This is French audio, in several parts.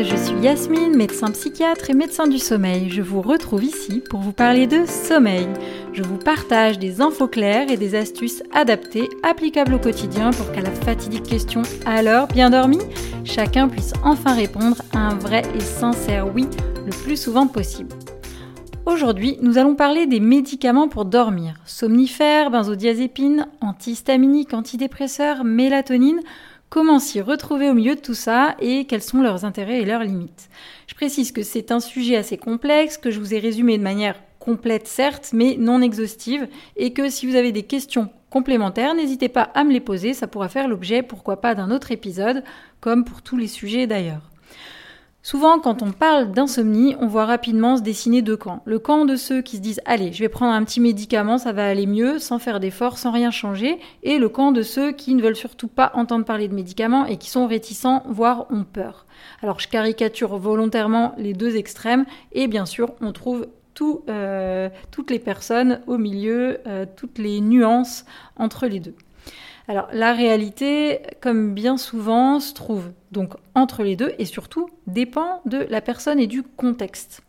je suis Yasmine, médecin psychiatre et médecin du sommeil. Je vous retrouve ici pour vous parler de sommeil. Je vous partage des infos claires et des astuces adaptées, applicables au quotidien pour qu'à la fatidique question « Alors, bien dormi ?», chacun puisse enfin répondre à un vrai et sincère oui le plus souvent possible. Aujourd'hui, nous allons parler des médicaments pour dormir. Somnifères, benzodiazépines, antihistaminiques, antidépresseurs, mélatonine. Comment s'y retrouver au milieu de tout ça et quels sont leurs intérêts et leurs limites. Je précise que c'est un sujet assez complexe, que je vous ai résumé de manière complète certes, mais non exhaustive, et que si vous avez des questions complémentaires, n'hésitez pas à me les poser, ça pourra faire l'objet, pourquoi pas, d'un autre épisode, comme pour tous les sujets d'ailleurs. Souvent, quand on parle d'insomnie, on voit rapidement se dessiner deux camps. Le camp de ceux qui se disent « Allez, je vais prendre un petit médicament, ça va aller mieux, sans faire d'efforts, sans rien changer », et le camp de ceux qui ne veulent surtout pas entendre parler de médicaments et qui sont réticents, voire ont peur. Alors, je caricature volontairement les deux extrêmes, et bien sûr, on trouve toutes les personnes au milieu, toutes les nuances entre les deux. Alors, la réalité, comme bien souvent, se trouve donc entre les deux et surtout dépend de la personne et du contexte.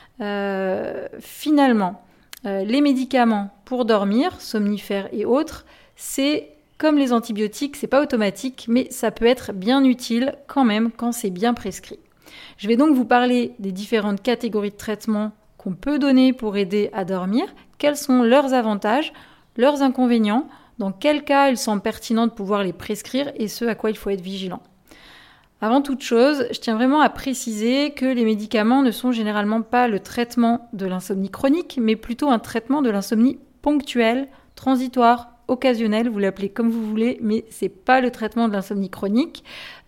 Finalement, les médicaments pour dormir, somnifères et autres, c'est comme les antibiotiques, c'est pas automatique, mais ça peut être bien utile quand même quand c'est bien prescrit. Je vais donc vous parler des différentes catégories de traitements qu'on peut donner pour aider à dormir, quels sont leurs avantages, leurs inconvénients, dans quel cas il semble pertinent de pouvoir les prescrire et ce à quoi il faut être vigilant. Avant toute chose, je tiens vraiment à préciser que les médicaments ne sont généralement pas le traitement de l'insomnie chronique, mais plutôt un traitement de l'insomnie ponctuelle, transitoire, occasionnelle, vous l'appelez comme vous voulez, mais c'est pas le traitement de l'insomnie chronique.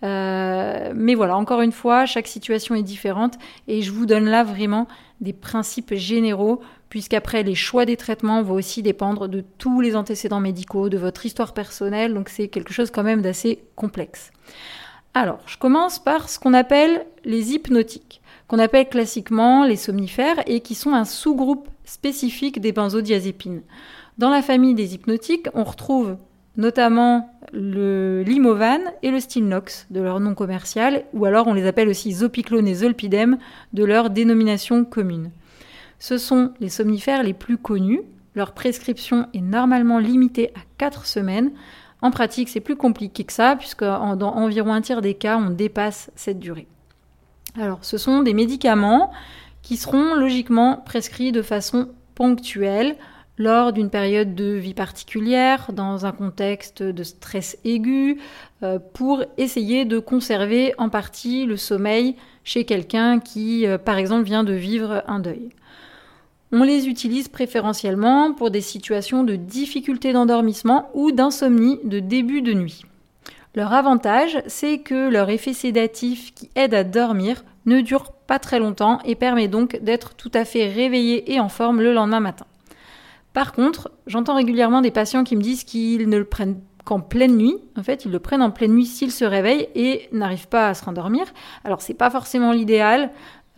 Mais voilà, encore une fois, chaque situation est différente et je vous donne là vraiment des principes généraux, puisqu'après les choix des traitements vont aussi dépendre de tous les antécédents médicaux, de votre histoire personnelle, donc c'est quelque chose quand même d'assez complexe. Alors, je commence par ce qu'on appelle les hypnotiques, qu'on appelle classiquement les somnifères et qui sont un sous-groupe spécifique des benzodiazépines. Dans la famille des hypnotiques, on retrouve notamment le Limovan et le Stilnox de leur nom commercial, ou alors on les appelle aussi Zopiclone et Zolpidem de leur dénomination commune. Ce sont les somnifères les plus connus. Leur prescription est normalement limitée à 4 semaines. En pratique, c'est plus compliqué que ça, puisque dans environ un tiers des cas, on dépasse cette durée. Alors, ce sont des médicaments qui seront logiquement prescrits de façon ponctuelle, lors d'une période de vie particulière, dans un contexte de stress aigu, pour essayer de conserver en partie le sommeil chez quelqu'un qui, par exemple, vient de vivre un deuil. On les utilise préférentiellement pour des situations de difficulté d'endormissement ou d'insomnie de début de nuit. Leur avantage, c'est que leur effet sédatif qui aide à dormir ne dure pas très longtemps et permet donc d'être tout à fait réveillé et en forme le lendemain matin. Par contre, j'entends régulièrement des patients qui me disent qu'ils ne le prennent qu'en pleine nuit. En fait, ils le prennent en pleine nuit s'ils se réveillent et n'arrivent pas à se rendormir. Alors, c'est pas forcément l'idéal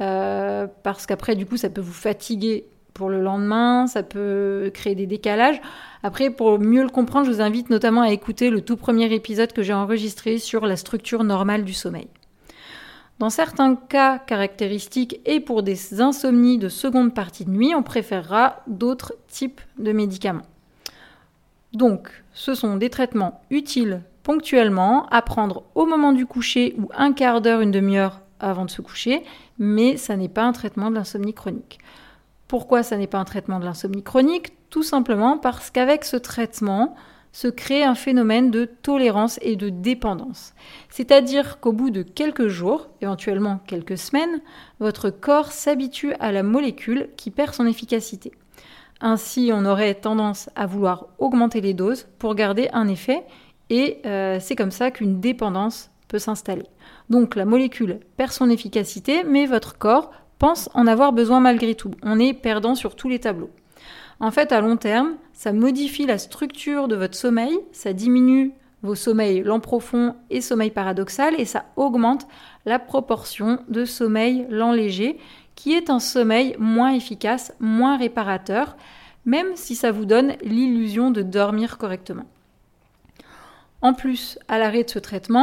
parce qu'après, du coup, ça peut vous fatiguer pour le lendemain, ça peut créer des décalages. Après, pour mieux le comprendre, je vous invite notamment à écouter le tout premier épisode que j'ai enregistré sur la structure normale du sommeil. Dans certains cas caractéristiques et pour des insomnies de seconde partie de nuit, on préférera d'autres types de médicaments. Donc, ce sont des traitements utiles ponctuellement, à prendre au moment du coucher ou un quart d'heure, une demi-heure avant de se coucher, mais ça n'est pas un traitement de l'insomnie chronique. Pourquoi ça n'est pas un traitement de l'insomnie chronique ? Tout simplement parce qu'avec ce traitement, se crée un phénomène de tolérance et de dépendance. C'est-à-dire qu'au bout de quelques jours, éventuellement quelques semaines, votre corps s'habitue à la molécule qui perd son efficacité. Ainsi, on aurait tendance à vouloir augmenter les doses pour garder un effet et c'est comme ça qu'une dépendance peut s'installer. Donc la molécule perd son efficacité, mais votre corps pense en avoir besoin malgré tout. On est perdant sur tous les tableaux. En fait, à long terme, ça modifie la structure de votre sommeil, ça diminue vos sommeils lent profond et sommeil paradoxal et ça augmente la proportion de sommeil lent léger qui est un sommeil moins efficace, moins réparateur, même si ça vous donne l'illusion de dormir correctement. En plus, à l'arrêt de ce traitement,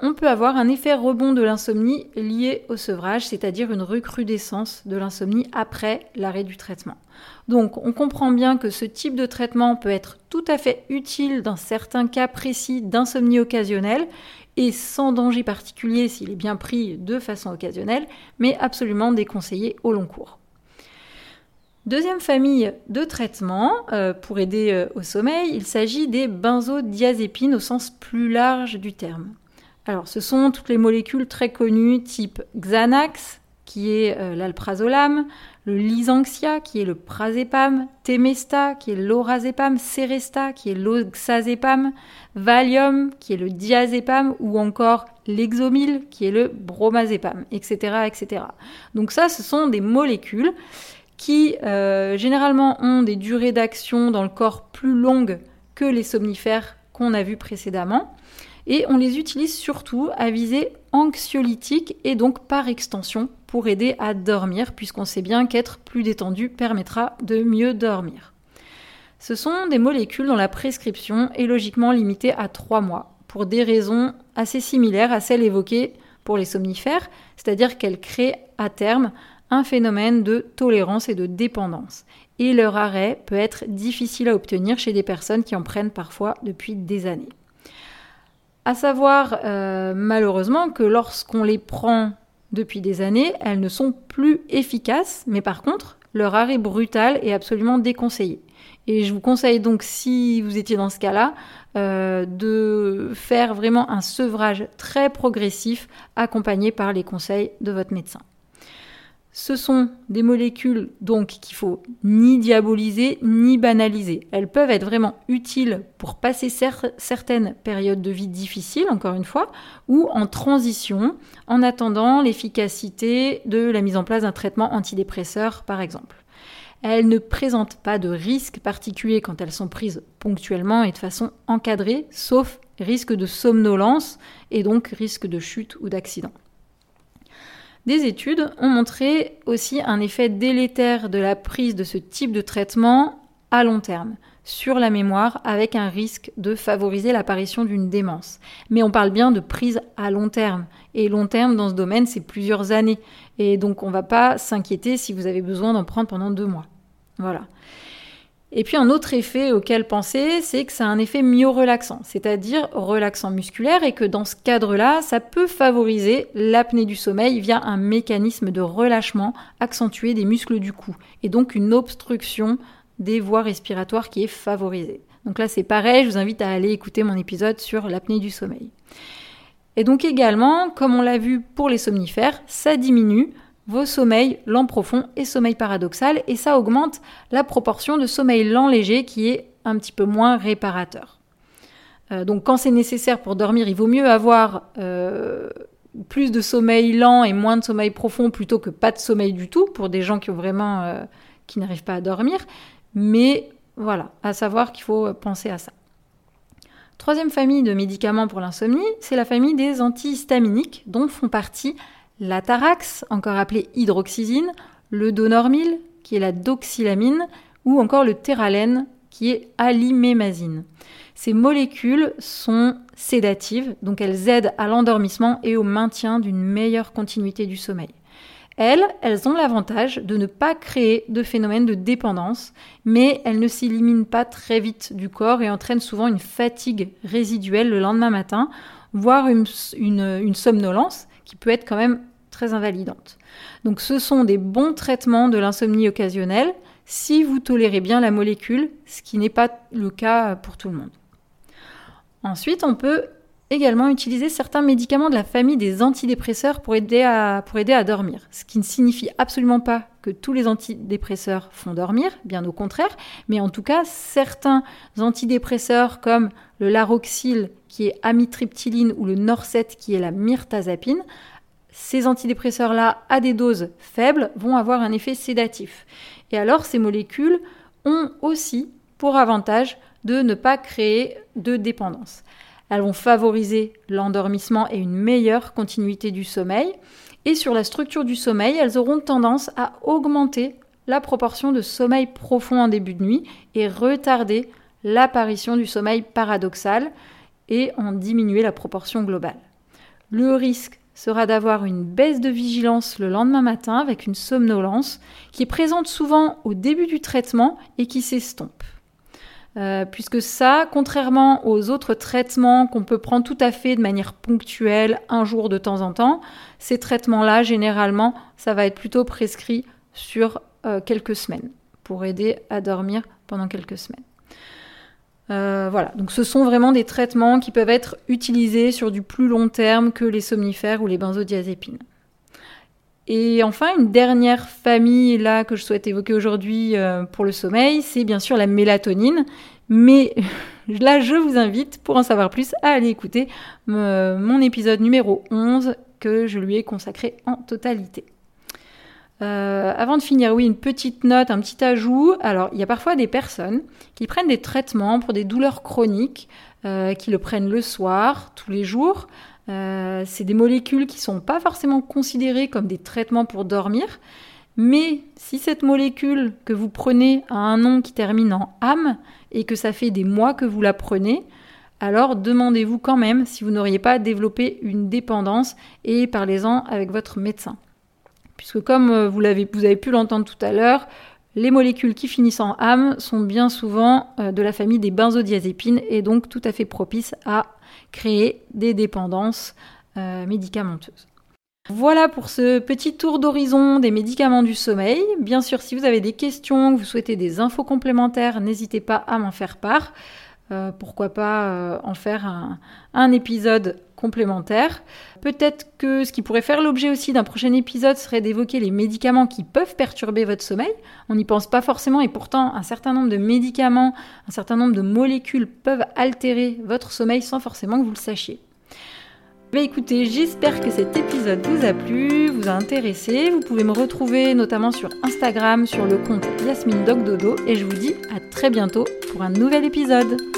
on peut avoir un effet rebond de l'insomnie lié au sevrage, c'est-à-dire une recrudescence de l'insomnie après l'arrêt du traitement. Donc, on comprend bien que ce type de traitement peut être tout à fait utile dans certains cas précis d'insomnie occasionnelle et sans danger particulier s'il est bien pris de façon occasionnelle, mais absolument déconseillé au long cours. Deuxième famille de traitements pour aider au sommeil, il s'agit des benzodiazépines au sens plus large du terme. Alors, ce sont toutes les molécules très connues type Xanax, qui est l'alprazolam, le Lysanxia, qui est le prazépam, Temesta, qui est l'orazépam, Seresta, qui est l'oxazépam, Valium, qui est le diazépam, ou encore Lexomil, qui est le bromazépam, etc., etc. Donc ça, ce sont des molécules qui généralement ont des durées d'action dans le corps plus longues que les somnifères qu'on a vus précédemment. Et on les utilise surtout à visée anxiolytique et donc par extension pour aider à dormir, puisqu'on sait bien qu'être plus détendu permettra de mieux dormir. Ce sont des molécules dont la prescription est logiquement limitée à 3 mois, pour des raisons assez similaires à celles évoquées pour les somnifères, c'est-à-dire qu'elles créent à terme un phénomène de tolérance et de dépendance. Et leur arrêt peut être difficile à obtenir chez des personnes qui en prennent parfois depuis des années. À savoir, malheureusement, que lorsqu'on les prend depuis des années, elles ne sont plus efficaces, mais par contre, leur arrêt brutal est absolument déconseillé. Et je vous conseille donc, si vous étiez dans ce cas-là, de faire vraiment un sevrage très progressif, accompagné par les conseils de votre médecin. Ce sont des molécules donc qu'il faut ni diaboliser ni banaliser. Elles peuvent être vraiment utiles pour passer certaines périodes de vie difficiles, encore une fois, ou en transition, en attendant l'efficacité de la mise en place d'un traitement antidépresseur, par exemple. Elles ne présentent pas de risque particulier quand elles sont prises ponctuellement et de façon encadrée, sauf risque de somnolence et donc risque de chute ou d'accident. Des études ont montré aussi un effet délétère de la prise de ce type de traitement à long terme sur la mémoire, avec un risque de favoriser l'apparition d'une démence. Mais on parle bien de prise à long terme. Et long terme, dans ce domaine, c'est plusieurs années. Et donc, on ne va pas s'inquiéter si vous avez besoin d'en prendre pendant 2 mois. Voilà. Et puis un autre effet auquel penser, c'est que ça a un effet myorelaxant, c'est-à-dire relaxant musculaire, et que dans ce cadre-là, ça peut favoriser l'apnée du sommeil via un mécanisme de relâchement accentué des muscles du cou, et donc une obstruction des voies respiratoires qui est favorisée. Donc là, c'est pareil, je vous invite à aller écouter mon épisode sur l'apnée du sommeil. Et donc également, comme on l'a vu pour les somnifères, ça diminue vos sommeils lents profonds et sommeil paradoxal, et ça augmente la proportion de sommeil lent léger qui est un petit peu moins réparateur. Donc quand c'est nécessaire pour dormir, il vaut mieux avoir plus de sommeil lent et moins de sommeil profond plutôt que pas de sommeil du tout pour des gens qui ont vraiment qui n'arrivent pas à dormir. Mais voilà, à savoir qu'il faut penser à ça. Troisième famille de médicaments pour l'insomnie, c'est la famille des antihistaminiques dont font partie l'atarax, encore appelé hydroxyzine, le donormil, qui est la doxylamine, ou encore le téralène, qui est alimémazine. Ces molécules sont sédatives, donc elles aident à l'endormissement et au maintien d'une meilleure continuité du sommeil. Elles ont l'avantage de ne pas créer de phénomène de dépendance, mais elles ne s'éliminent pas très vite du corps et entraînent souvent une fatigue résiduelle le lendemain matin, voire une somnolence qui peut être quand même très invalidante. Donc ce sont des bons traitements de l'insomnie occasionnelle si vous tolérez bien la molécule, ce qui n'est pas le cas pour tout le monde. Ensuite, on peut également utiliser certains médicaments de la famille des antidépresseurs pour aider à dormir, ce qui ne signifie absolument pas que tous les antidépresseurs font dormir, bien au contraire, mais en tout cas, certains antidépresseurs comme le Laroxyl qui est amitriptyline ou le Norset qui est la mirtazapine, ces antidépresseurs-là, à des doses faibles, vont avoir un effet sédatif. Et alors, ces molécules ont aussi pour avantage de ne pas créer de dépendance. Elles vont favoriser l'endormissement et une meilleure continuité du sommeil. Et sur la structure du sommeil, elles auront tendance à augmenter la proportion de sommeil profond en début de nuit et retarder l'apparition du sommeil paradoxal et en diminuer la proportion globale. Le risque sera d'avoir une baisse de vigilance le lendemain matin avec une somnolence qui est présente souvent au début du traitement et qui s'estompe. Puisque ça, contrairement aux autres traitements qu'on peut prendre tout à fait de manière ponctuelle, un jour de temps en temps, ces traitements-là, généralement, ça va être plutôt prescrit sur quelques semaines pour aider à dormir pendant quelques semaines. Voilà, donc ce sont vraiment des traitements qui peuvent être utilisés sur du plus long terme que les somnifères ou les benzodiazépines. Et enfin, une dernière famille là que je souhaite évoquer aujourd'hui pour le sommeil, c'est bien sûr la mélatonine. Mais là, je vous invite, pour en savoir plus, à aller écouter mon épisode numéro 11 que je lui ai consacré en totalité. Avant de finir, oui, une petite note, un petit ajout. Alors, il y a parfois des personnes qui prennent des traitements pour des douleurs chroniques, qui le prennent le soir, tous les jours. C'est des molécules qui ne sont pas forcément considérées comme des traitements pour dormir. Mais si cette molécule que vous prenez a un nom qui termine en âme et que ça fait des mois que vous la prenez, alors demandez-vous quand même si vous n'auriez pas développé une dépendance et parlez-en avec votre médecin. Puisque comme vous avez pu l'entendre tout à l'heure, les molécules qui finissent en âme sont bien souvent de la famille des benzodiazépines et donc tout à fait propices à créer des dépendances médicamenteuses. Voilà pour ce petit tour d'horizon des médicaments du sommeil. Bien sûr, si vous avez des questions, que vous souhaitez des infos complémentaires, n'hésitez pas à m'en faire part. Pourquoi pas en faire un épisode complémentaire. Peut-être que ce qui pourrait faire l'objet aussi d'un prochain épisode serait d'évoquer les médicaments qui peuvent perturber votre sommeil. On n'y pense pas forcément et pourtant un certain nombre de médicaments, un certain nombre de molécules peuvent altérer votre sommeil sans forcément que vous le sachiez. Écoutez, j'espère que cet épisode vous a plu, vous a intéressé. Vous pouvez me retrouver notamment sur Instagram, sur le compte Yasmine Doc Dodo et je vous dis à très bientôt pour un nouvel épisode.